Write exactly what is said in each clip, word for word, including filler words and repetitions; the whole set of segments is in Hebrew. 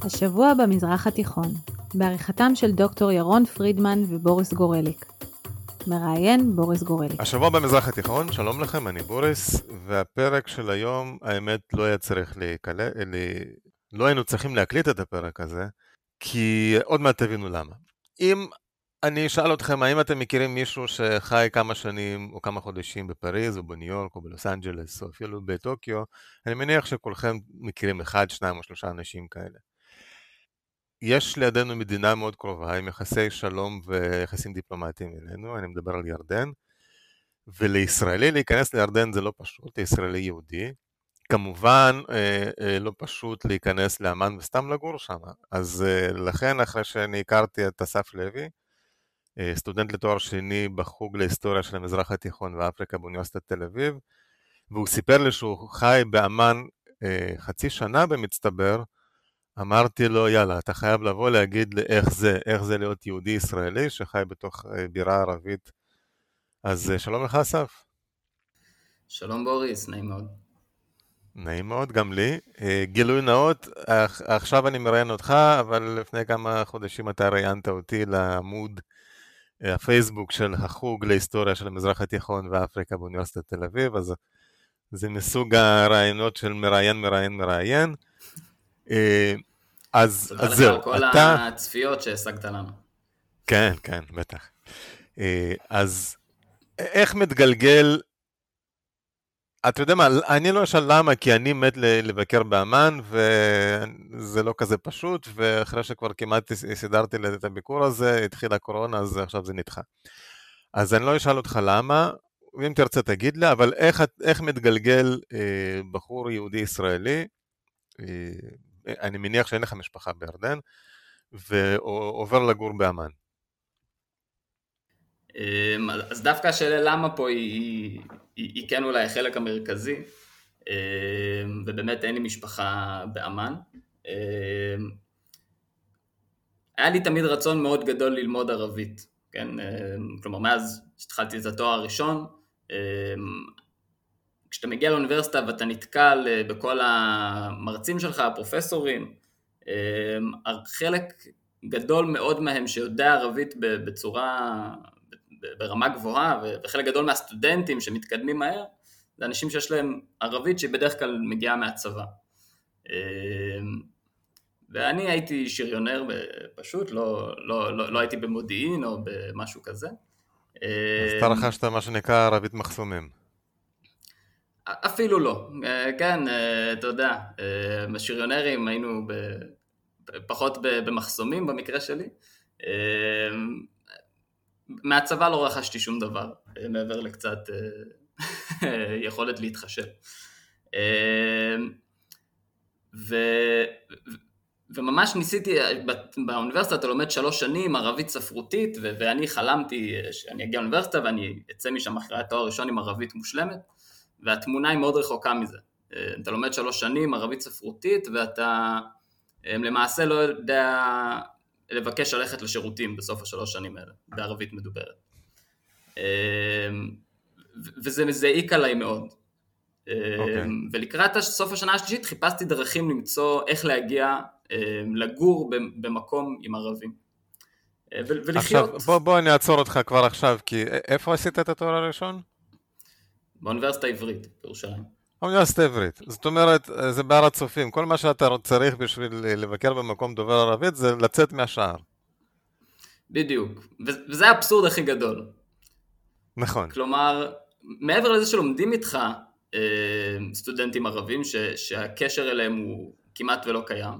השבוע במזרח התיכון, בעריכתם של דוקטור ירון פרידמן ובוריס גורליק. מראיין בוריס גורליק. השבוע במזרח התיכון, שלום לכם, אני בוריס, והפרק של היום, האמת, לא היה צריך להיקלט, לא היינו צריכים להקליט את הפרק הזה, כי עוד מעט תבינו למה. אם אני אשאל אתכם, האם אתם מכירים מישהו שחי כמה שנים או כמה חודשים בפריז או בניו יורק או בלוס אנג'לס או אפילו בטוקיו, אני מניח שכולכם מכירים אחד, שניים או שלושה אנשים כאלה. יש לידינו מדינה מאוד קרובה עם יחסי שלום ויחסים דיפלומטיים אלינו, אני מדבר על ירדן, ולישראלי להיכנס לירדן זה לא פשוט, לישראלי יהודי, כמובן לא פשוט להיכנס לאמן וסתם לגור שם, אז לכן אחרי שאני הכרתי את אסף לוי, סטודנט לתואר שני בחוג להיסטוריה של המזרח התיכון ואפריקה באוניברסיטת תל אביב, והוא סיפר לי שהוא חי באמן חצי שנה במצטבר, אמרתי לו, יאללה, אתה חייב לבוא להגיד לי איך זה, איך זה להיות יהודי ישראלי שחי בתוך בירה ערבית. אז שלום לך, אסף. שלום בוריס, נעים מאוד. נעים מאוד, גם לי. גילוי נאות, עכשיו אני מראיין אותך, אבל לפני כמה חודשים אתה ראיינת אותי לעמוד הפייסבוק של החוג להיסטוריה של המזרח התיכון ואפריקה באוניברסיטת תל אביב, אז זה מסוג הרעיונות של מראיין, מראיין, מראיין. אז, אז זהו, כל אתה... הצפיות שהשגת לנו. כן, כן, בטח. אז איך מתגלגל, אתה יודע מה, אני לא אשאל למה, כי אני מת לבקר באמן, וזה לא כזה פשוט, ואחרי שכבר כמעט סידרתי את הביקור הזה, התחילה הקורונה, אז עכשיו זה נדחה. אז אני לא אשאל אותך למה, ואם תרצה תגיד לי, אבל איך, איך מתגלגל בחור יהודי ישראלי, אני מניח שאין לך משפחה בירדן, ועובר לגור באמן. אז דווקא השאלה למה פה היא, היא, היא כן אולי החלק המרכזי, ובאמת אין לי משפחה באמן. היה לי תמיד רצון מאוד גדול ללמוד ערבית, כן? כלומר, מאז שהתחלתי את התואר הראשון, כשאתה מגיע לאוניברסיטה ואתה נתקל בכל המרצים שלך, הפרופסורים, חלק גדול מאוד מהם שיודע ערבית בצורה, ברמה גבוהה, וחלק גדול מהסטודנטים שמתקדמים מהר, זה אנשים שיש להם ערבית שבדרך כלל מגיעה מהצבא. ואני הייתי שריונר פשוט, לא, לא, לא, לא הייתי במודיעין או במשהו כזה. אז אתה רכשת מה שנקרא ערבית מחסומים. אפילו לא, כן, אתה יודע, השריונרים היינו פחות במחסומים במקרה שלי, מהצבא לא רכשתי שום דבר, מעבר לקצת יכולת להתחשב. ו... וממש ניסיתי, באוניברסיטה אתה לומד שלוש שנים ערבית ספרותית, ו... ואני חלמתי שאני אגיע לאוניברסיטה ואני אצא משם אחרי התואר ראשון עם ערבית מושלמת, והתמונה היא מאוד רחוקה מזה. אתה לומד שלוש שנים ערבית ספרותית, ואתה למעשה לא יודע לבקש ללכת לשירותים בסוף השלוש שנים האלה, בערבית מדוברת. וזה מזעיק עליי מאוד. Okay. ולקראת סוף השנה השלישית חיפשתי דרכים למצוא איך להגיע לגור במקום עם ערבים. ולחיות... עכשיו, בוא, בוא אני אעצור אותך כבר עכשיו, כי איפה עשית את התואר הראשון? באוניברסיטה העברית, בירושלים. האוניברסיטה העברית, זאת אומרת, זה בהר הצופים, כל מה שאתה צריך בשביל לבקר במקום דובר ערבית זה לצאת מהשער. בדיוק, וזה האבסורד הכי גדול. נכון. כלומר, מעבר לזה שלומדים איתך סטודנטים ערבים, ש, שהקשר אליהם הוא כמעט ולא קיים,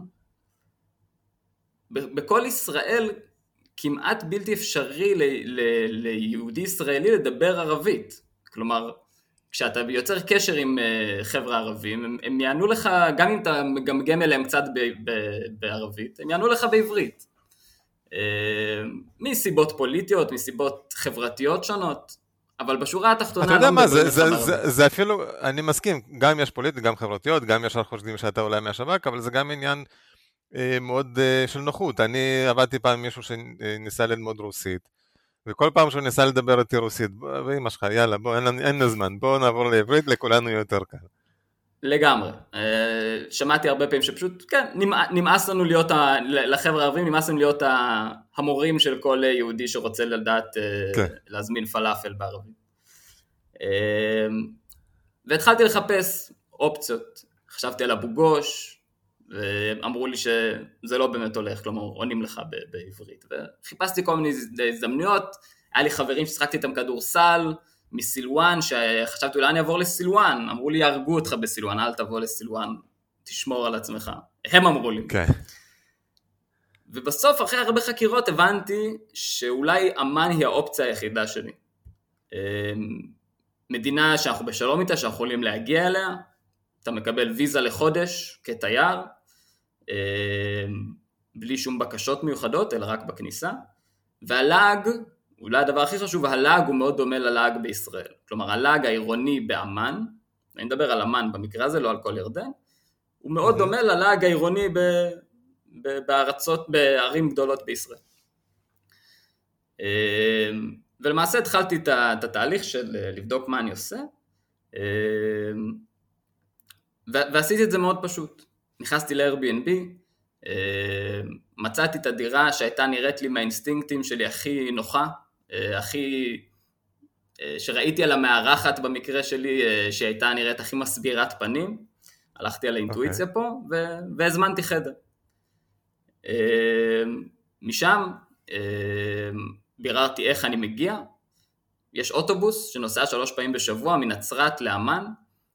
בכל ישראל כמעט בלתי אפשרי ל, ל, ליהודי ישראלי לדבר ערבית. כלומר, כשאתה יוצר קשר עם חבר'ה ערבים, הם, הם יענו לך, גם אם אתה מגמגם אליהם קצת ב, ב, בערבית, הם יענו לך בעברית. מסיבות פוליטיות, מסיבות חברתיות שונות, אבל בשורה התחתונה... אתה יודע מה, זה, זה, זה, זה אפילו, אני מסכים, גם אם יש פוליטיות, גם חברתיות, גם יש חושדים שאתה אולי מהשב"כ, אבל זה גם עניין אה, מאוד אה, של נוחות. אני עבדתי פעם עם מישהו שניסה ללמוד רוסית, וכל פעם שהוא ניסה לדבר איתי רוסית, ואמא שלך, יאללה, בוא, אין, אין זמן, בוא נעבור לעברית, לכולנו יותר קל. לגמרי. שמעתי הרבה פעמים שפשוט, כן, נמאס לנו להיות, לחבר'ה הערבים, נמאס לנו להיות המורים של כל יהודי שרוצה לדעת להזמין פלאפל בערבית. והתחלתי לחפש אופציות. חשבתי על אבו גוש, ואמרו לי שזה לא באמת הולך, כלומר, עונים לך בעברית. וחיפשתי כל מיני הזדמנויות, היה לי חברים ששחקתי איתם כדורסל, מסילואן, שחשבתי אולי אני אעבור לסילואן, אמרו לי, יהרגו אותך בסילואן, אל תבוא לסילואן, תשמור על עצמך. הם אמרו לי. Okay. ובסוף, אחרי הרבה חקירות, הבנתי שאולי אמן היא האופציה היחידה שלי. מדינה שאנחנו בשלום איתה, שאנחנו יכולים להגיע אליה, אתה מקבל ויזה לחודש כתייר, בלי שום בקשות מיוחדות, אלא רק בכניסה, והלאג, אולי הדבר הכי חשוב, הלאג הוא מאוד דומה ללאג בישראל. כלומר, הלאג העירוני באמן, אני מדבר על אמן במקרה הזה, לא על כל ירדן, הוא מאוד דומה ללאג העירוני ב, ב, בארצות, בערים גדולות בישראל. ולמעשה התחלתי את התהליך של לבדוק מה אני עושה, ועשיתי את זה מאוד פשוט. נכנסתי ל-Airbnb, מצאתי את הדירה שהייתה נראית לי מהאינסטינקטים שלי הכי נוחה, הכי, שראיתי על המארחת במקרה שלי, שהייתה נראית הכי מסבירת פנים, הלכתי על האינטואיציה okay. פה, והזמנתי חדר. משם, ביררתי איך אני מגיע, יש אוטובוס שנוסע שלוש פעמים בשבוע, מנצרת לאמן,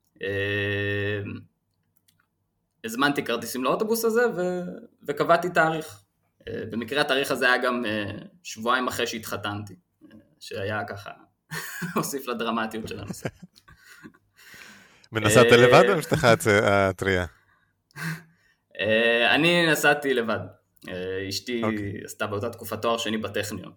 הזמנתי כרטיסים לאוטובוס הזה, וקבעתי תאריך. במקרה התאריך הזה היה גם שבועיים אחרי שהתחתנתי, שהיה ככה, הוסיף לדרמטיות של הנושא. ונסעת לבד או אשתך הטריה? אני נסעתי לבד. אשתי עשתה באותה תקופה תואר שני בטכניון.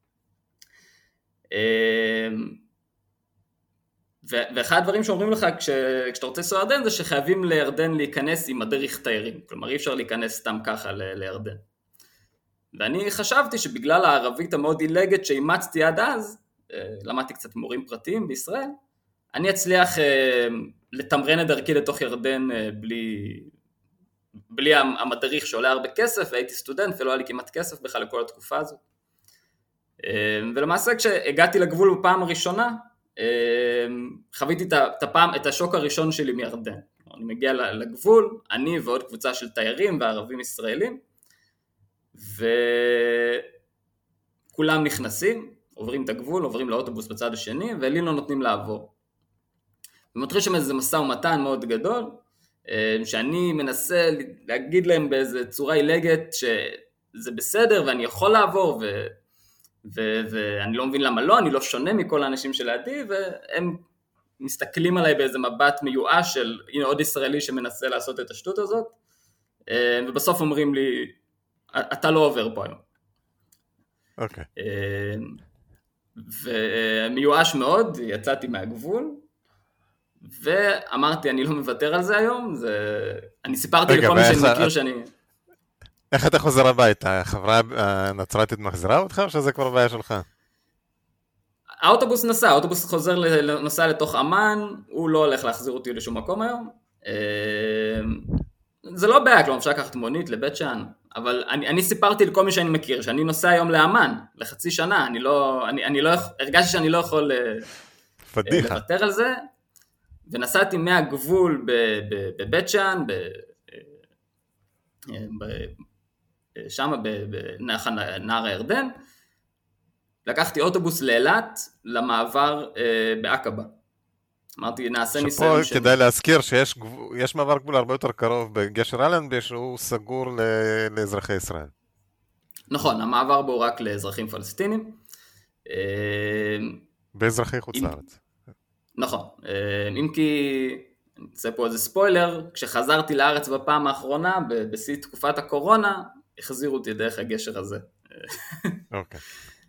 ואחד הדברים שאומרים לך כשאתה רוצה לנסוע לירדן, זה שחייבים לירדן להיכנס עם מדריך תיירים. כלומר, אי אפשר להיכנס סתם ככה לירדן. ואני חשבתי שבגלל הערבית המאוד דילגת שאימצתי עד אז, למדתי קצת מורים פרטיים בישראל, אני אצליח לתמרן את דרכי לתוך ירדן בלי, בלי המדריך שעולה הרבה כסף, והייתי סטודנט ולא היה לי כמעט כסף בכלל לכל התקופה הזאת. ולמעשה כשהגעתי לגבול בפעם הראשונה, חוויתי את הפעם, את השוק הראשון שלי מירדן. אני מגיע לגבול, אני ועוד קבוצה של תיירים וערבים ישראלים, וכולם נכנסים, עוברים את הגבול, עוברים לאוטובוס בצד השני, ולי לא נותנים לעבור. ומתחיל שם איזה מסע ומתן מאוד גדול, שאני מנסה להגיד להם באיזה צורה הילגת שזה בסדר ואני יכול לעבור, ו... ו- ואני לא מבין למה לא, אני לא שונה מכל האנשים שלידי, והם מסתכלים עליי באיזה מבט מיואש של, הנה עוד ישראלי שמנסה לעשות את השטות הזאת, ובסוף אומרים לי, אתה לא עובר פה היום. אוקיי. Okay. ומיואש מאוד, יצאתי מהגבול, ואמרתי, אני לא מוותר על זה היום, זה... אני סיפרתי לכל מי שאני מכיר שאני... איך אתה חוזר הביתה? החברה הנצרתית מחזירה אותך או שזה כבר בעיה שלך? האוטובוס נסע, האוטובוס חוזר נוסע לתוך אמן, הוא לא הולך להחזיר אותי לשום מקום היום. זה לא בעיה, כלומר אפשר לקחת מונית לבית שאן, אבל אני, אני סיפרתי לכל מי שאני מכיר, שאני נוסע היום לאמן, לחצי שנה, אני לא, אני, אני לא, הרגשתי שאני לא יכול פדיחה. לוותר על זה, ונסעתי מהגבול בבית שאן, ב... שם בנהר הירדן, לקחתי אוטובוס לאילת למעבר בעקבה. אמרתי, נעשה ניסיון שפה כדאי להזכיר שיש מעבר גבול הרבה יותר קרוב בגשר אלנבי, שהוא סגור לאזרחי ישראל. נכון, המעבר בו רק לאזרחים פלסטינים. באזרחי חוץ לארץ. נכון, אם כי... אני אעשה פה איזה ספוילר, כשחזרתי לארץ בפעם האחרונה, בשיא תקופת הקורונה, החזירו אותי דרך הגשר הזה. אוקיי.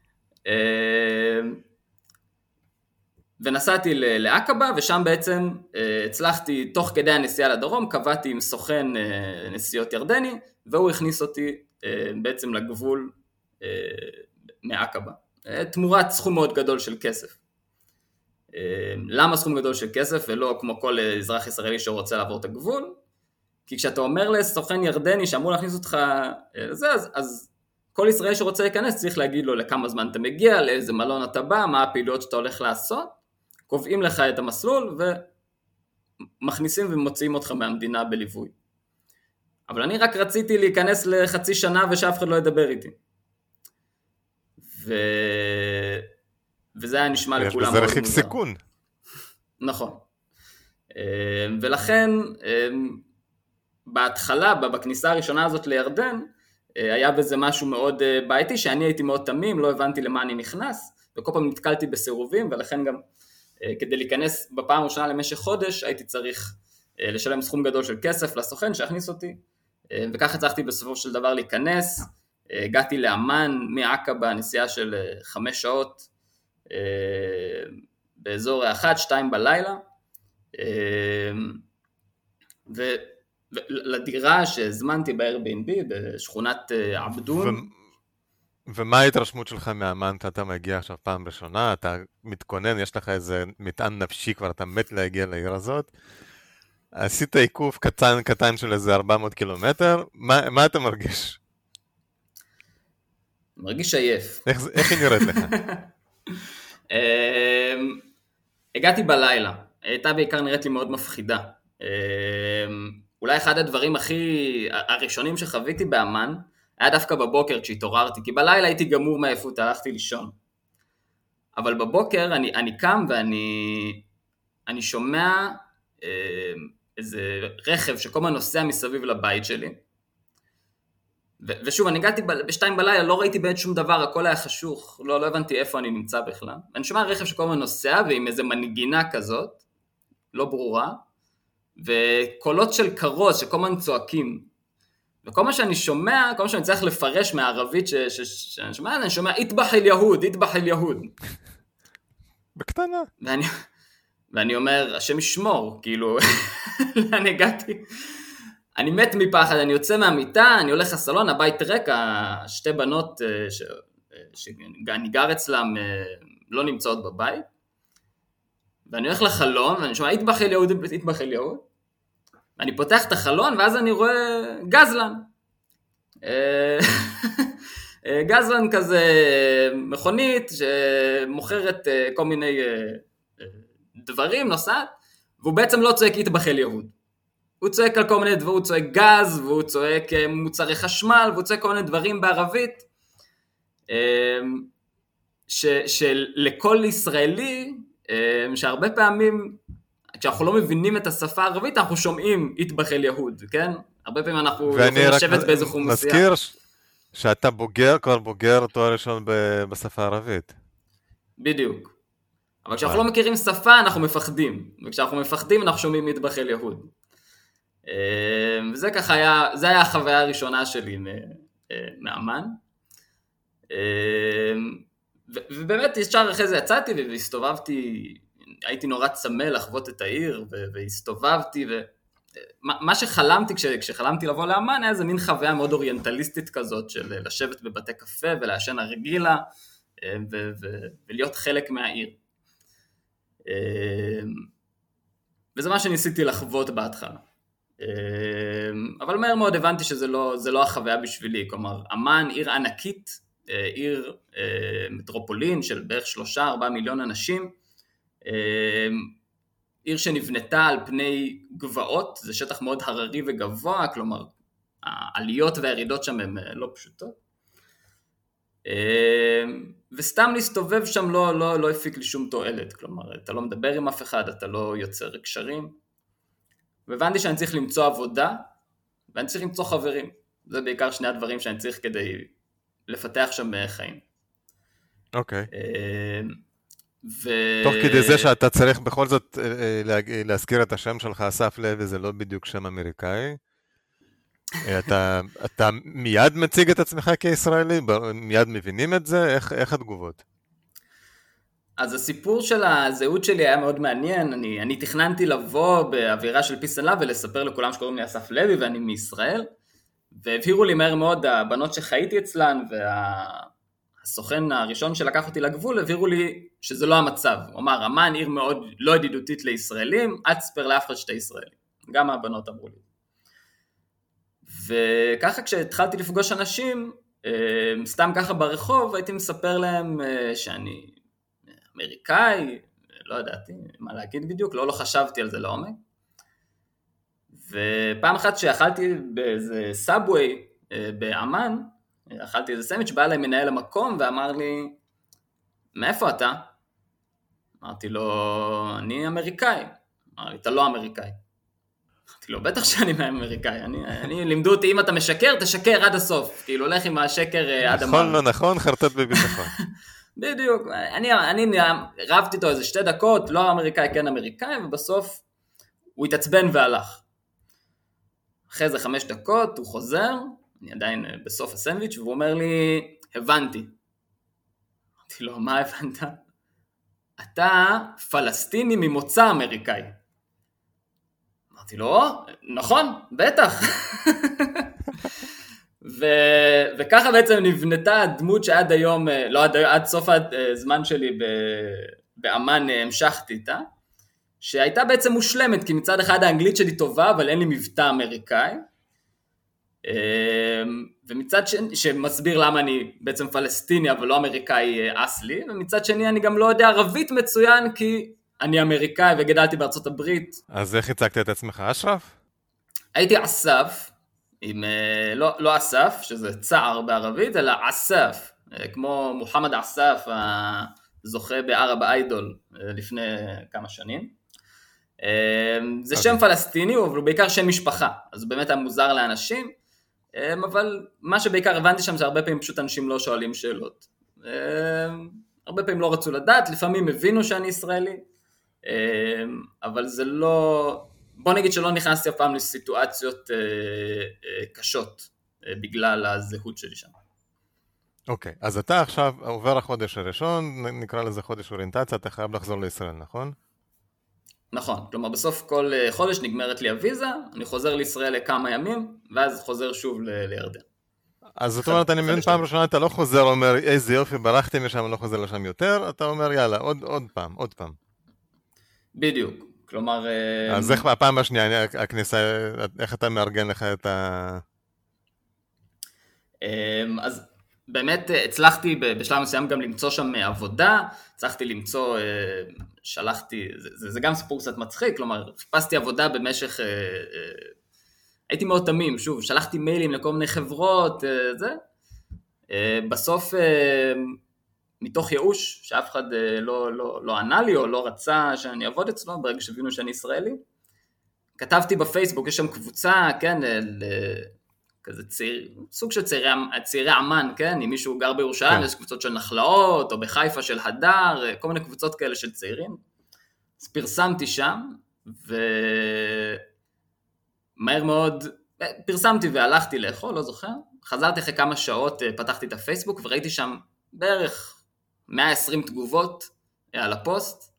ונסעתי לעקבה, ושם בעצם הצלחתי, תוך כדי הנסיעה לדרום, קבעתי עם סוכן נסיעות ירדני, והוא הכניס אותי בעצם מעקבה. תמורת סכום מאוד גדול של כסף. למה סכום גדול של כסף ולא כמו כל אזרח ישראלי שרוצה לעבור את הגבול? כי כשאתה אומר לסוכן ירדני שאמור להכניס אותך לזה, אז, אז כל ישראל שרוצה להיכנס צריך להגיד לו לכמה זמן אתה מגיע, לאיזה מלון אתה בא, מה הפעילויות שאתה הולך לעשות, קובעים לך את המסלול ומכניסים ומוציאים אותך מהמדינה בליווי. אבל אני רק רציתי להיכנס לחצי שנה ושאף אחד לא ידבר איתי. ו... וזה היה נשמע לכולם. יש בזה רכיב סיכון. נכון. ולכן, בהתחלה, בכניסה הראשונה הזאת לירדן, היה בזה משהו מאוד בעייתי, שאני הייתי מאוד תמים, לא הבנתי למה אני נכנס, וכל פעם נתקלתי בסירובים, ולכן גם כדי להיכנס בפעם הראשונה למשך חודש, הייתי צריך לשלם סכום גדול של כסף לסוכן שהכניס אותי, וכך הצלחתי בסופו של דבר להיכנס, הגעתי לאמן מעקבה, נסיעה של חמש שעות, באזור אחת, שתיים בלילה, ולדירה שהזמנתי ב-Airbnb בשכונת עבדון. ומה ההתרשמות שלך מאמן? אתה מגיע עכשיו פעם ראשונה, אתה מתכונן, יש לך איזה מטען נפשי כבר, אתה מת להגיע לעיר הזאת, עשית עיקוף קטן קטן של איזה ארבע מאות קילומטר, מה, מה אתה מרגיש? מרגיש עייף. איך, איך היא נראית לך? הגעתי בלילה, הייתה בעיקר נראית לי מאוד מפחידה. אולי אחד הדברים הכי הראשונים שחוויתי באמן, היה דווקא בבוקר כשהתעוררתי, כי בלילה הייתי גמור מעייפות, הלכתי לישון. אבל בבוקר אני, אני קם ואני אני שומע איזה רכב שכל מה נוסע מסביב לבית שלי, ו- ושוב, אני הגעתי ב- בשתיים בלילה, לא ראיתי באמת שום דבר, הכל היה חשוך, לא, לא הבנתי איפה אני נמצא בכלל. אני שומע רכב שכל מה נוסע, ועם איזה מנגינה כזאת, לא ברורה, וקולות של כרוז שכל מה צועקים. וכל מה שאני שומע, כל מה שאני צריך לפרש מהערבית ש- ש- ש- שאני שומע, אני שומע, איתבח אל יהוד, איתבח אל יהוד. בקטנה. ואני, ואני אומר, השם ישמור, כאילו, לאן הגעתי? אני מת מפחד, אני יוצא מהמיטה, אני הולך לסלון, הבית ריק, שתי בנות ש... שאני גר אצלם לא נמצאות בבית, ואני הולך לחלון, ואני שומע, איתבח אל יהוד, איתבח אל יהוד, ואני פותח את החלון, ואז אני רואה גזלן. גזלן כזה, מכונית, שמוכרת כל מיני דברים, נוסעת, והוא בעצם לא צועק איתבח אל יהוד. הוא צועק על כל מיני דברים, הוא צועק גז, והוא צועק מוצרי חשמל, והוא צועק כל מיני דברים בערבית, ש, שלכל ישראלי, שהרבה פעמים, כשאנחנו לא מבינים את השפה הערבית, אנחנו שומעים איתבח אל יהוד, כן? הרבה פעמים אנחנו יכולים לשבת באיזו חומוסייה. ואני רק מזכיר שאתה בוגר, כבר בוגר תואר ראשון בשפה הערבית. בדיוק. אבל כשאנחנו לא מכירים שפה, אנחנו מפחדים. וכשאנחנו מפחדים, אנחנו שומעים איתבח אל יהוד. וזה ככה היה, זה היה החוויה הראשונה שלי מאמן. ובאמת ישר אחרי זה יצאתי והסתובבתי, הייתי נורא צמא לחוות את העיר, והסתובבתי, ומה שחלמתי כשחלמתי לבוא לאמן היה איזה מין חוויה מאוד אוריינטליסטית כזאת, של לשבת בבתי קפה ולעשן הרגילה, ולהיות חלק מהעיר. וזה מה שניסיתי לחוות בהתחלה. אבל מהר מאוד הבנתי שזה לא, זה לא החוויה בשבילי, כלומר, אמן, עיר ענקית, עיר מטרופולין של בערך שלושה, ארבעה מיליון אנשים, עיר שנבנתה על פני גבעות, זה שטח מאוד הררי וגבוה, כלומר, העליות והירידות שם הן לא פשוטות, וסתם להסתובב שם לא, לא, לא הפיק לי שום תועלת, כלומר, אתה לא מדבר עם אף אחד, אתה לא יוצר קשרים, והבנתי שאני צריך למצוא עבודה, ואני צריך למצוא חברים. זה בעיקר שני הדברים שאני צריך כדי לפתח שם חיים. אוקיי. ו... תוך כדי זה שאתה צריך בכל זאת להזכיר את השם שלך, אסף לוי, זה לא בדיוק שם אמריקאי. אתה, אתה מיד מציג את עצמך כישראלי? מיד מבינים את זה? איך, איך התגובות? אז הסיפור של הזהות שלי היה מאוד מעניין, אני, אני תכננתי לבוא באווירה של פיס אנד לאב ולספר לכולם שקוראים לי אסף לוי ואני מישראל, והבהירו לי מהר מאוד הבנות שחייתי אצלן הסוכן הראשון שלקח אותי לגבול, העבירו לי שזה לא המצב. הוא אמר, אמן עיר מאוד לא ידידותית לישראלים, אל תספר לאף אחד שאתה ישראלי. גם הבנות אמרו לי. וככה כשהתחלתי לפגוש אנשים, סתם ככה ברחוב, הייתי מספר להם שאני אמריקאי, לא ידעתי מה להגיד בדיוק, לא, לא חשבתי על זה לעומק. ופעם אחת שאכלתי באיזה סאבווי באמן, אכלתי איזה סנדוויץ', בא אליי מנהל המקום ואמר לי, מאיפה אתה? אמרתי לו, אני אמריקאי. אמר לי, אתה לא אמריקאי. אמרתי לו, בטח שאני אמריקאי. אני, אני לימדו אותי, אם אתה משקר, תשקר עד הסוף. כאילו, הולך עם השקר עד המוות. נכון, לא נכון, חרטט בביטחון. בדיוק. אני, אני רבתי איתו איזה שתי דקות, לא אמריקאי, כן אמריקאי, ובסוף הוא התעצבן והלך. אחרי זה חמש דקות, הוא חוזר, אני עדיין בסוף הסנדוויץ', והוא אומר לי, הבנתי. אמרתי לו, מה הבנת? אתה פלסטיני ממוצא אמריקאי. אמרתי לו, נכון, בטח. ו- וככה בעצם נבנתה הדמות שעד היום, לא עד, עד סוף הזמן שלי ב- באמן המשכתי איתה, שהייתה בעצם מושלמת, כי מצד אחד האנגלית שלי טובה, אבל אין לי מבטא אמריקאי, ומצד שני, שמסביר למה אני בעצם פלסטיני, אבל לא אמריקאי אסלי, ומצד שני אני גם לא יודע ערבית מצוין, כי אני אמריקאי וגדלתי בארצות הברית. אז איך הצגת את עצמך, אשרף? הייתי אסף, עם, לא, לא אסף, שזה צער בערבית, אלא אסף, כמו מוחמד אסף, הזוכה בערב איידול לפני כמה שנים. זה שם פלסטיני, אבל הוא בעיקר שם משפחה, אז הוא באמת היה מוזר לאנשים, אבל מה שבעיקר הבנתי שם זה הרבה פעמים פשוט אנשים לא שואלים שאלות. הרבה פעמים לא רצו לדעת, לפעמים הבינו שאני ישראלי, אבל זה לא, בוא נגיד שלא נכנסתי אף פעם לסיטואציות קשות בגלל הזהות שלי שם. אוקיי, אז אתה עכשיו עובר החודש הראשון, נקרא לזה חודש אוריינטציה, אתה חייב לחזור לישראל, נכון? נכון, כלומר בסוף כל חודש נגמרת לי הוויזה, אני חוזר לישראל לכמה ימים, ואז חוזר שוב ל- לירדן. אז זאת אומרת, אני מבין פעם ראשונה, אתה לא חוזר, אומר, איזה יופי, ברחתי משם, אני לא חוזר לשם יותר, אתה אומר, יאללה, עוד, עוד פעם, עוד פעם. בדיוק, כלומר... אז איך הפעם השנייה, הכניסה, איך אתה מארגן לך את ה... אז באמת הצלחתי בשלב מסוים גם למצוא שם עבודה, הצלחתי למצוא, שלחתי, זה, זה גם סיפור קצת מצחיק, כלומר, חיפשתי עבודה במשך, הייתי מאוד תמים, שוב, שלחתי מיילים לכל מיני חברות, זה, בסוף, מתוך ייאוש, שאף אחד לא, לא, לא ענה לי או לא רצה שאני אעבוד אצלו, ברגע שהבינו שאני ישראלי, כתבתי בפייסבוק, יש שם קבוצה, כן, ל... כזה צעיר, סוג של צעירי, צעירי אמן, כן? אם מישהו גר בירושלים, יש קבוצות של נחלאות, או בחיפה של הדר, כל מיני קבוצות כאלה של צעירים. אז פרסמתי שם, ומהר מאוד, פרסמתי והלכתי לאכול, לא זוכר. חזרתי אחרי כמה שעות, פתחתי את הפייסבוק, וראיתי שם בערך מאה ועשרים תגובות על הפוסט,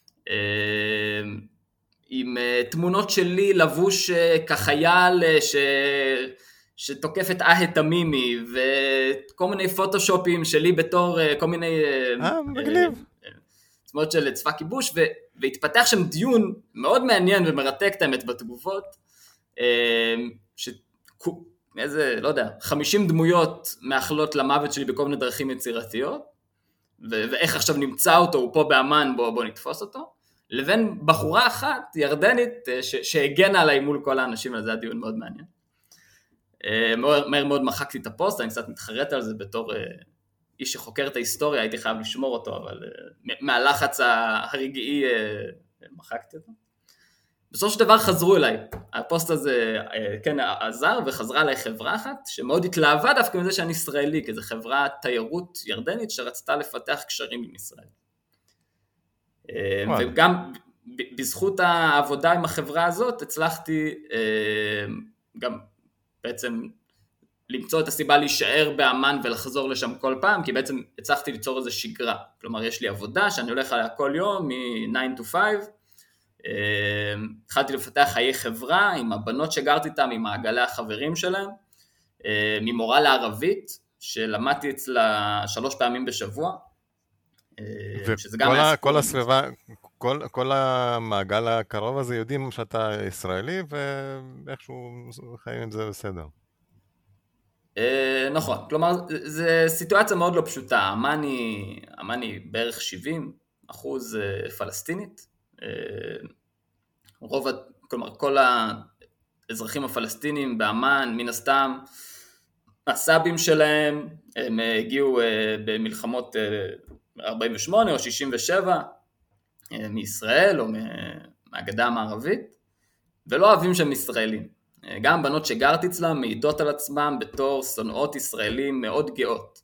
עם תמונות שלי לבוש כחייל ש... שתוקף את אהד תמימי, וכל מיני פוטושופים שלי בתור כל מיני... אה, מגניב. תמונות של צבא כיבוש, ו... והתפתח שם דיון מאוד מעניין ומרתק את האמת בתגובות, ש... איזה, לא יודע, חמישים דמויות מאכלות למוות שלי בכל מיני דרכים יצירתיות, ו... ואיך עכשיו נמצא אותו, הוא פה באמן, בוא, בוא נתפוס אותו, לבין בחורה אחת, ירדנית, ש... שהגנה עליי מול כל האנשים, וזה היה דיון מאוד מעניין. מהר מאוד מחקתי את הפוסט, אני קצת מתחרט על זה בתור איש שחוקר את ההיסטוריה, הייתי חייב לשמור אותו, אבל מהלחץ הרגעי מחקתי אותו. בסופו של דבר חזרו אליי, הפוסט הזה כן עזר, וחזרה אליי חברה אחת, שמאוד התלהבה דווקא מזה שאני ישראלי, כי זו חברה תיירות ירדנית, שרצתה לפתח קשרים עם ישראל. וגם בזכות העבודה עם החברה הזאת, הצלחתי גם בעצם למצוא את הסיבה להישאר באמן ולחזור לשם כל פעם, כי בעצם הצלחתי ליצור איזו שגרה. כלומר, יש לי עבודה שאני הולך עליה כל יום, מ-nine to five, התחלתי לפתח חיי חברה עם הבנות שגרתי איתם, עם מעגלי החברים שלהם, ממורה לערבית, שלמדתי אצלה שלוש פעמים בשבוע, שזה גם וכל היה ה- סיפור. כל הסביבה, כל, כל המעגל הקרוב הזה יודעים שאתה ישראלי, ואיכשהו חיים עם זה בסדר. אה, נכון, כלומר, זו סיטואציה מאוד לא פשוטה, אמן היא, אמן היא בערך שבעים אחוז אה, פלסטינית, אה, רוב, ה- כלומר, כל האזרחים הפלסטינים באמן, מן הסתם, הסאבים שלהם, הם הגיעו אה, במלחמות אה, ארבעים ושמונה או שישים ושבע, אה, מישראל או מהגדה המערבית, ולא אוהבים שהם ישראלים. גם בנות שגרת אצלם מעידות על עצמם בתור שונאות ישראלים מאוד גאות.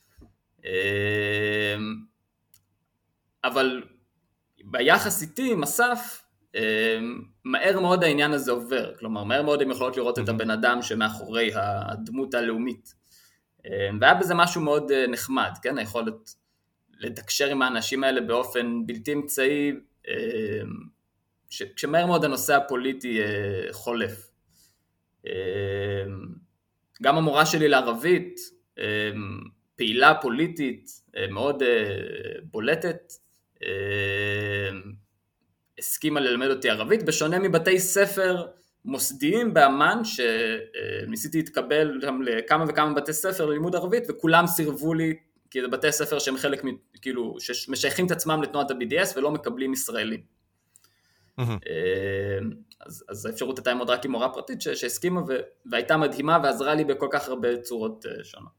אבל ביחס איתי עם אסף, מהר מאוד העניין הזה עובר, כלומר מהר מאוד הם יכולות לראות את הבן אדם שמאחורי הדמות הלאומית. והיה בזה משהו מאוד נחמד, כן? היכולת לתקשר עם האנשים האלה באופן בלתי אמצעי, כשמהר מאוד הנושא הפוליטי חולף. גם המורה שלי לערבית, פעילה פוליטית מאוד בולטת, הסכימה ללמד אותי ערבית, בשונה מבתי ספר מוסדיים באמן, שניסיתי להתקבל גם לכמה וכמה בתי ספר ללימוד ערבית, וכולם סירבו לי, כי זה בתי ספר שהם חלק, כאילו, שמשייכים את עצמם לתנועת ה-בי די אס ולא מקבלים ישראלים. אז, אז האפשרות הייתה מאוד רק עם מורה פרטית שהסכימה והייתה מדהימה ועזרה לי בכל כך הרבה צורות שונות.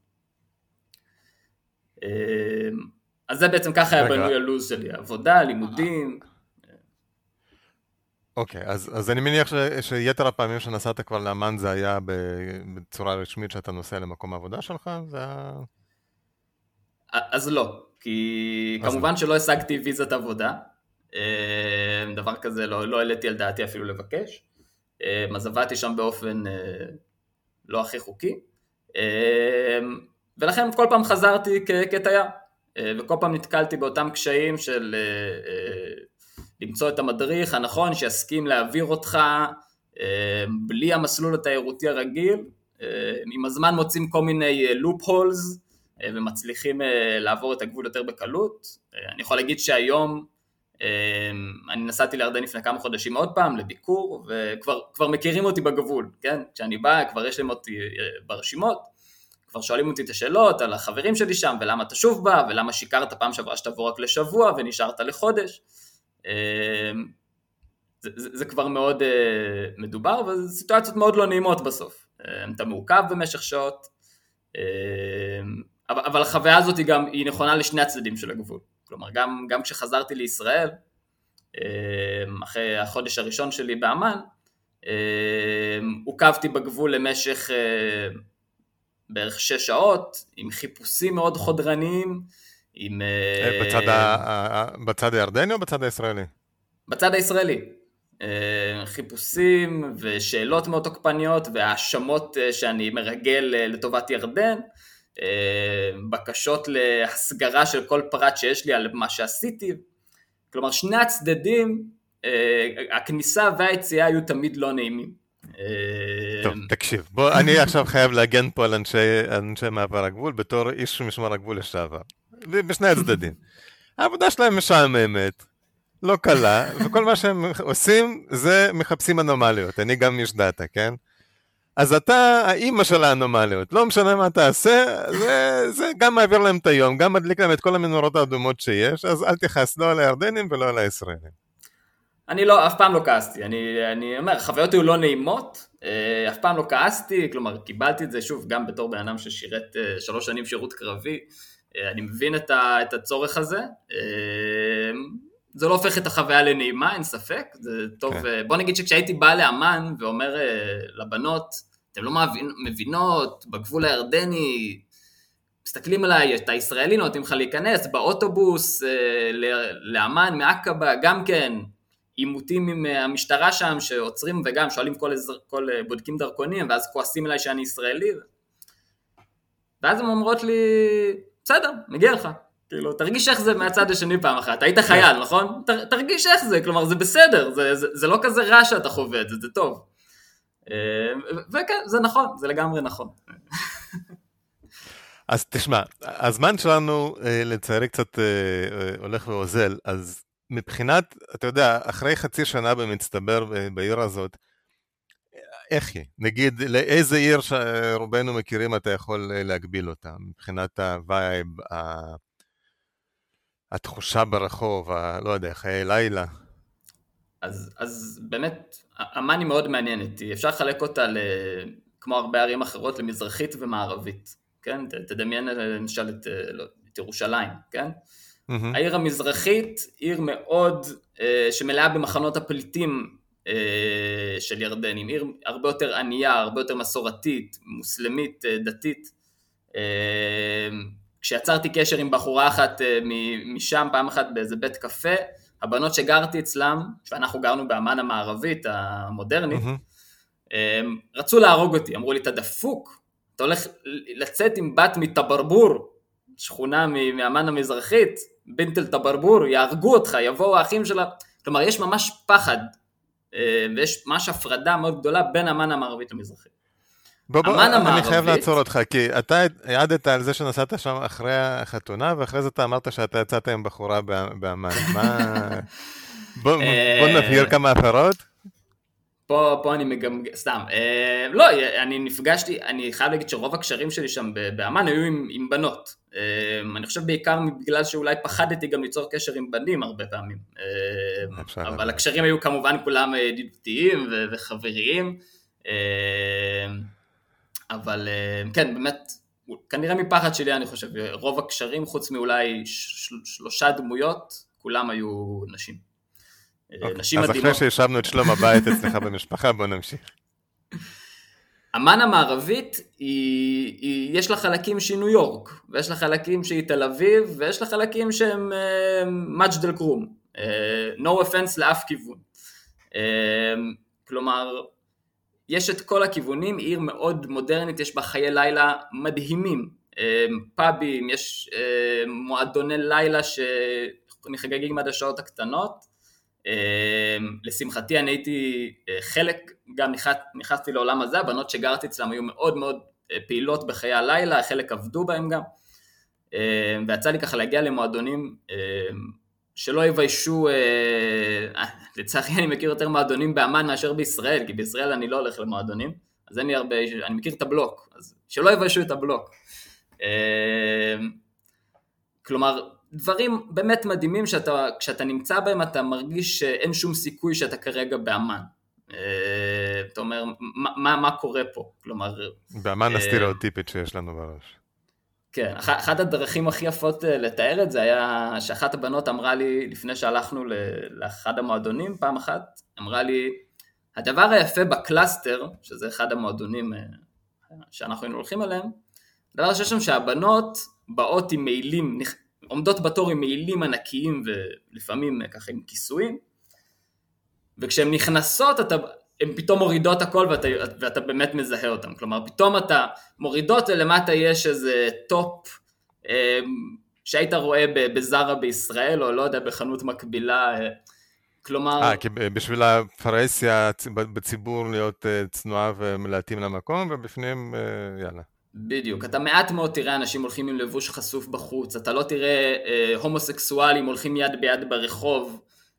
אז זה בעצם ככה היה בנוי הלוז שלי, עבודה, לימודים. אוקיי, אז, אז אני מניח ש, שיתר הפעמים שנסעת כבר לאמן זה היה בצורה רשמית שאתה נוסע למקום העבודה שלך? זה היה... אז לא, כי כמובן לא. שלא השגתי ויזת עבודה, דבר כזה לא, לא העליתי על דעתי אפילו לבקש, אז עבדתי שם באופן לא הכי חוקי, ולכן כל פעם חזרתי כתייר, וכל פעם נתקלתי באותם קשיים של למצוא את המדריך הנכון שיסכים להעביר אותך בלי המסלול התיירותי הרגיל, עם הזמן מוצאים כל מיני לופ הולס ומצליחים לעבור את הגבול יותר בקלות. אני יכול להגיד שהיום אני נסעתי לירדן לפני כמה חודשים עוד פעם לביקור, וכבר כבר מכירים אותי בגבול, כן? כשאני בא כבר יש להם אותי ברשימות, כבר שואלים אותי את השאלות על החברים שלי שם, ולמה אתה שוב בא, ולמה שיקרת פעם שעברה שתבוא רק לשבוע ונשארת לחודש. זה, זה, זה כבר מאוד מדובר, וזה סיטואציות מאוד לא נעימות בסוף. אתה מעוכב במשך שעות, אבל, אבל החוויה הזאת היא גם, היא נכונה לשני הצדדים של הגבול. כלומר, גם, גם כשחזרתי לישראל, אחרי החודש הראשון שלי באמן, עוכבתי בגבול למשך בערך שש שעות, עם חיפושים מאוד חודרניים, עם... בצד, ה... בצד הירדני או בצד הישראלי? בצד הישראלי. חיפושים ושאלות מאוד תוקפניות, והאשמות שאני מרגל לטובת ירדן, בקשות להסגרה של כל פרט שיש לי על מה שעשיתי. כלומר, שני הצדדים, הכניסה והיציאה היו תמיד לא נעימים. טוב, תקשיב, בוא, אני עכשיו חייב להגן פה על אנשי, אנשי מעבר הגבול, בתור איש משמר הגבול לשעבר, בשני הצדדים. העבודה שלהם משעממת, לא קלה, וכל מה שהם עושים זה מחפשים אנומליות, אני גם איש דאטה, כן? אז אתה האימא של האנומליות, לא משנה מה תעשה, זה, זה גם מעביר להם את היום, גם מדליק להם את כל המנורות האדומות שיש, אז אל תכעס לא על הירדנים ולא על הישראלים. אני לא, אף פעם לא כעסתי, אני, אני אומר, חוויות היו לא נעימות, אף פעם לא כעסתי, כלומר, קיבלתי את זה שוב, גם בתור בן אדם ששירת שלוש שנים שירות קרבי, אני מבין את, ה, את הצורך הזה, זה לא הופך את החוויה לנעימה, אין ספק, זה טוב, כן. בוא נגיד שכשהייתי בא לאמן ואומר לבנות, אתם לא מבינות, בגבול הירדני, מסתכלים עליי, אתה ישראלי, נותנים לך להיכנס, באוטובוס, לאמן, מעקבה, גם כן, עימותים עם המשטרה שם, שעוצרים וגם שואלים כל, כל בודקים דרכונים, ואז כועסים אליי שאני ישראלי, ואז הם אומרות לי, בסדר, מגיע לך, כאילו, תרגיש איך זה מהצד השני פעם אחת, היית חייל, נכון? תרגיש איך זה, כלומר, זה בסדר, זה, זה, זה לא כזה רע שאתה חווה את זה, זה טוב. וכן, זה נכון, זה לגמרי נכון. אז תשמע, הזמן שלנו לצערי קצת הולך ואוזל, אז מבחינת, אתה יודע, אחרי חצי שנה במצטבר בעיר הזאת, איך היא? נגיד, לאיזה עיר שרובנו מכירים אתה יכול להגביל אותה, מבחינת הווייב, התחושה ברחוב, לא יודע, חיי לילה? אז, אז באמת, אמן היא מאוד מעניינת, אפשר לחלק אותה ל... כמו הרבה ערים אחרות, למזרחית ומערבית, כן? תדמיין למשל את, את ירושלים, כן? Mm-hmm. העיר המזרחית, עיר מאוד, שמלאה במחנות הפליטים של ירדנים, עיר הרבה יותר ענייה, הרבה יותר מסורתית, מוסלמית, דתית. כשיצרתי קשר עם בחורה אחת משם, פעם אחת באיזה בית קפה, הבנות שגרתי אצלם, ואנחנו גרנו באמן המערבית המודרנית, mm-hmm. רצו להרוג אותי, אמרו לי, אתה דפוק, אתה הולך לצאת עם בת מטברבור, שכונה מאמן המזרחית, בינטל טברבור, יהרגו אותך, יבואו האחים שלה, כלומר יש ממש פחד, ויש ממש הפרדה מאוד גדולה בין אמן המערבית למזרחית. בוא בוא, אני חייב לעצור אותך, כי אתה העדת על זה שנסעת שם אחרי החתונה, ואחרי זה אתה אמרת שאתה יצאת עם בחורה באמן. בוא נבהיר כמה הפרות. פה, פה אני מגמג... סתם. לא, אני נפגשתי, אני חייב להגיד שרוב הקשרים שלי שם באמן היו עם, עם בנות. אני חושב בעיקר בגלל שאולי פחדתי גם ליצור קשר עם בנים הרבה פעמים. אבל הקשרים היו כמובן כולם ידידותיים וחבריים. אבל כן, באמת, כנראה מפחד שלי אני חושב, רוב הקשרים חוץ מאולי שלושה דמויות, כולם היו נשים. נשים מדהימות. אז אחרי שישבנו את שלום הבית אצלך במשפחה, בוא נמשיך. אמן המערבית, היא, היא, יש לה חלקים שהיא ניו יורק, ויש לה חלקים שהיא תל אביב, ויש לה חלקים שהם מג'דל כרום. No offense לאף כיוון. כלומר, יש את כל הכיוונים, עיר מאוד מודרנית, יש בה חיי לילה מדהימים, פאבים, יש מועדוני לילה שנחגגים עד השעות הקטנות, לשמחתי אני הייתי חלק, גם נכנסתי לעולם הזה, הבנות שגרתי אצלם היו מאוד מאוד פעילות בחיי הלילה, חלק עבדו בהם גם, ויצא לי ככה להגיע למועדונים שלא יביישו, לצערי אני מכיר יותר מועדונים באמן מאשר בישראל, כי בישראל אני לא הולך למועדונים, אז אין לי הרבה, אני מכיר את הבלוק, אז שלא יביישו את הבלוק. כלומר, דברים באמת מדהימים שאתה, כשאתה נמצא בהם אתה מרגיש שאין שום סיכוי שאתה כרגע באמן. אתה אומר, מה, מה קורה פה? כלומר... באמן הסטריאוטיפית שיש לנו בראש. כן, אחת הדרכים הכי יפות לתאר את זה היה שאחת הבנות אמרה לי, לפני שהלכנו לאחד המועדונים, פעם אחת, אמרה לי, הדבר היפה בקלאסטר, שזה אחד המועדונים שאנחנו הולכים עליהם, הדבר שיש שם שהבנות באות עם מעילים, עומדות בתור עם מעילים ענקיים ולפעמים ככה עם כיסויים, וכשהן נכנסות אתה... הן פתאום מורידות הכל ואתה, ואתה באמת מזהה אותם, כלומר פתאום אתה מורידות ולמטה יש איזה טופ שהיית רואה בזרה בישראל או לא יודע בחנות מקבילה, כלומר... אה, כי בשביל הפרהסיה בציבור להיות צנועה ומלהתאים למקום ובפנים יאללה. בדיוק, אתה מעט מאוד תראה אנשים הולכים עם לבוש חשוף בחוץ, אתה לא תראה הומוסקסואלים הולכים יד ביד ברחוב,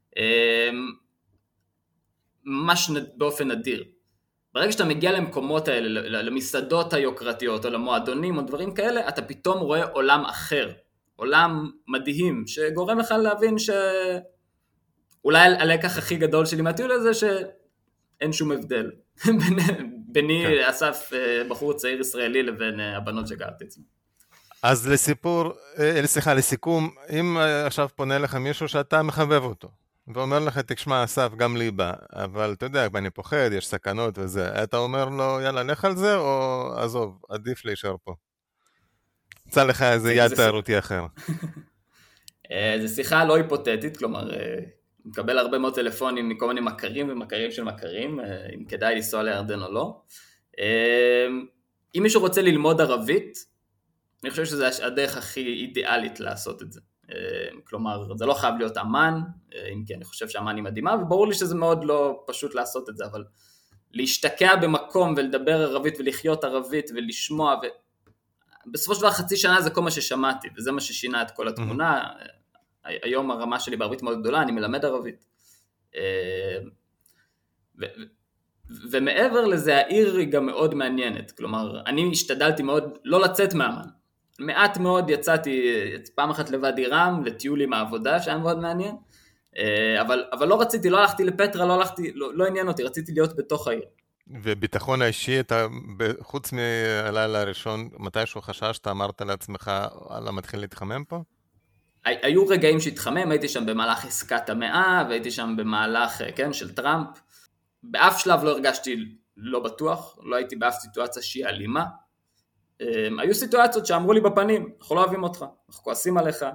ממש באופן נדיר. ברגע שאתה מגיע למקומות האלה, למסעדות היוקרתיות או למועדונים או דברים כאלה, אתה פתאום רואה עולם אחר, עולם מדהים, שגורם לך להבין שאולי הלקח הכי גדול שלי מהטיול הזה, שאין שום הבדל. ביני אסף בחור צעיר ישראלי לבין הבנות שגרתי אצלנו. אז לסיפור, סליחה, לסיכום, אם עכשיו פונה לך מישהו שאתה מחבב אותו, ואומר לך, תשמע אסף, גם לי בא, אבל אתה יודע, אני פוחד, יש סכנות וזה, אתה אומר לו, יאללה, לך על זה, או עזוב, עדיף להישאר פה. יצא לך איזה יד תיירותי אחר. זו שיחה לא היפותטית, כלומר, מקבל הרבה מאוד טלפונים מכל מיני מכרים ומכרים של מכרים, אם כדאי לנסוע לירדן או לא. אם מישהו רוצה ללמוד ערבית, אני חושב שזו הדרך הכי אידיאלית לעשות את זה. כלומר, זה לא חייב להיות אמן, אם כי אני חושב שאמן היא מדהימה, וברור לי שזה מאוד לא פשוט לעשות את זה, אבל להשתקע במקום ולדבר ערבית ולחיות ערבית ולשמוע, בסופו של דבר חצי שנה זה כל מה ששמעתי, וזה מה ששינה את כל התמונה. היום הרמה שלי בערבית מאוד גדולה, אני מלמד ערבית. ומעבר לזה, העיר היא גם מאוד מעניינת. כלומר, אני השתדלתי מאוד לא לצאת מהמן. מעט מאוד יצאתי פעם אחת לוואדי רם, לטיול עם העבודה, שהיה מאוד מעניין. אבל, אבל לא רציתי, לא הלכתי לפטרה, לא הלכתי, לא, לא עניין אותי, רציתי להיות בתוך העיר. וביטחון האישי, אתה, חוץ מהלילה הראשון, מתישהו חששת, אמרת לעצמך, אללה, מתחיל להתחמם פה? היו רגעים שהתחמם, הייתי שם במהלך עסקת המאה, והייתי שם במהלך, כן, של טראמפ. באף שלב לא הרגשתי לא בטוח, לא הייתי באף סיטואציה שהיא אלימה. היו סיטואציות שאמרו לי בפנים, אנחנו לא אוהבים אותך, אנחנו כועסים עליך.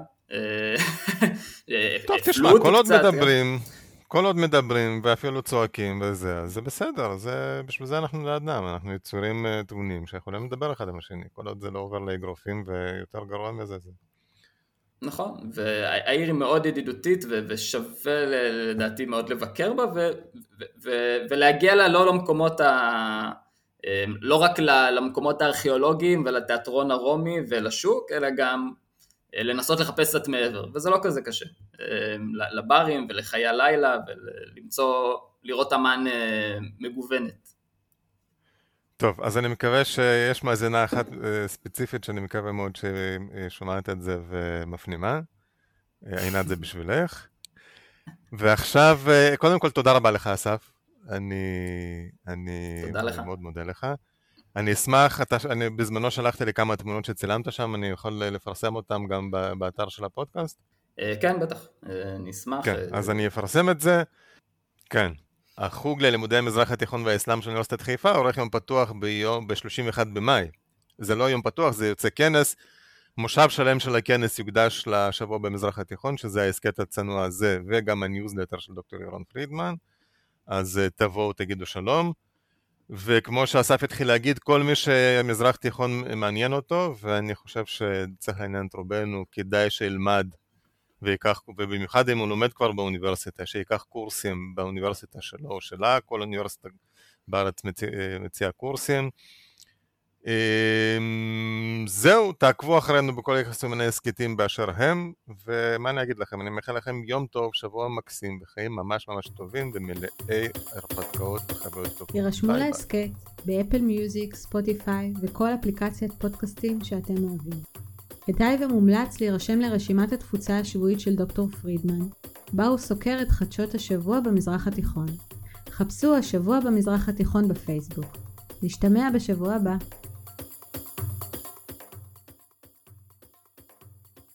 טוב, תשמע, כל עוד מדברים, כל עוד מדברים ואפילו צועקים וזה, אז זה בסדר, זה, בשביל זה אנחנו לאדם, אנחנו יצורים תבונים שיכולים לדבר אחד עם השני, כל עוד זה לא עובר לאגרופים ויותר גרוע מזה זה. נכון, והעיר היא מאוד ידידותית ושווה לדעתי מאוד לבקר בה ולהגיע לה לא למקומות ה... לא רק למקומות הארכיאולוגיים ולתיאטרון הרומי ולשוק, אלא גם לנסות לחפש קצת מעבר, וזה לא כזה קשה. לברים ולחיי הלילה ולמצוא, לראות אמן מגוונת. טוב, אז אני מקווה שיש מאזינה אחת ספציפית שאני מקווה מאוד ששומעת את זה ומפנימה. עינת זה בשבילך. ועכשיו, קודם כל תודה רבה לך אסף. אני, אני מאוד מודה לך. אני אשמח, אתה, אני בזמנו שלחתי לי כמה תמונות שצילמת שם, אני יכול לפרסם אותם גם באתר של הפודקאסט? כן, בטח, אני אשמח. כן, אז אני אפרסם את זה. כן. החוג ללימודי המזרח התיכון והאסלאם של אוניברסיטת חיפה עורך יום פתוח ביום ב-שלושים ואחד במאי. זה לא יום פתוח, זה יוצא כנס. מושב שלם של הכנס יוקדש לשבוע במזרח התיכון, שזה ההסקט הצנוע הזה, וגם הניוזלטר של דוקטור ירון פרידמן. אז תבואו, תגידו שלום. וכמו שאסף התחיל להגיד, כל מי שמזרח תיכון מעניין אותו, ואני חושב שצריך לעניין את רובנו, כדאי שילמד ויקח, ובמיוחד אם הוא לומד כבר באוניברסיטה, שיקח קורסים באוניברסיטה שלו או שלה, כל אוניברסיטה בארץ מציע, מציע קורסים. זהו, תעקבו אחרינו בכל יחסים הסקטים באשר הם, ומה אני אגיד לכם, אני מאחל לכם יום טוב, שבוע מקסים, וחיים ממש ממש טובים ומלאי הרפתקאות וחוויות טובות. יירשמו להסקט באפל מיוזיק, ספוטיפיי וכל אפליקציית פודקאסטים שאתם אוהבים. כדאי ומומלץ להירשם לרשימת התפוצה השבועית של דוקטור פרידמן, בה הוא סוקר את חדשות השבוע במזרח התיכון. חפשו השבוע במזרח התיכון בפייסבוק. נשתמע בשבוע הבא.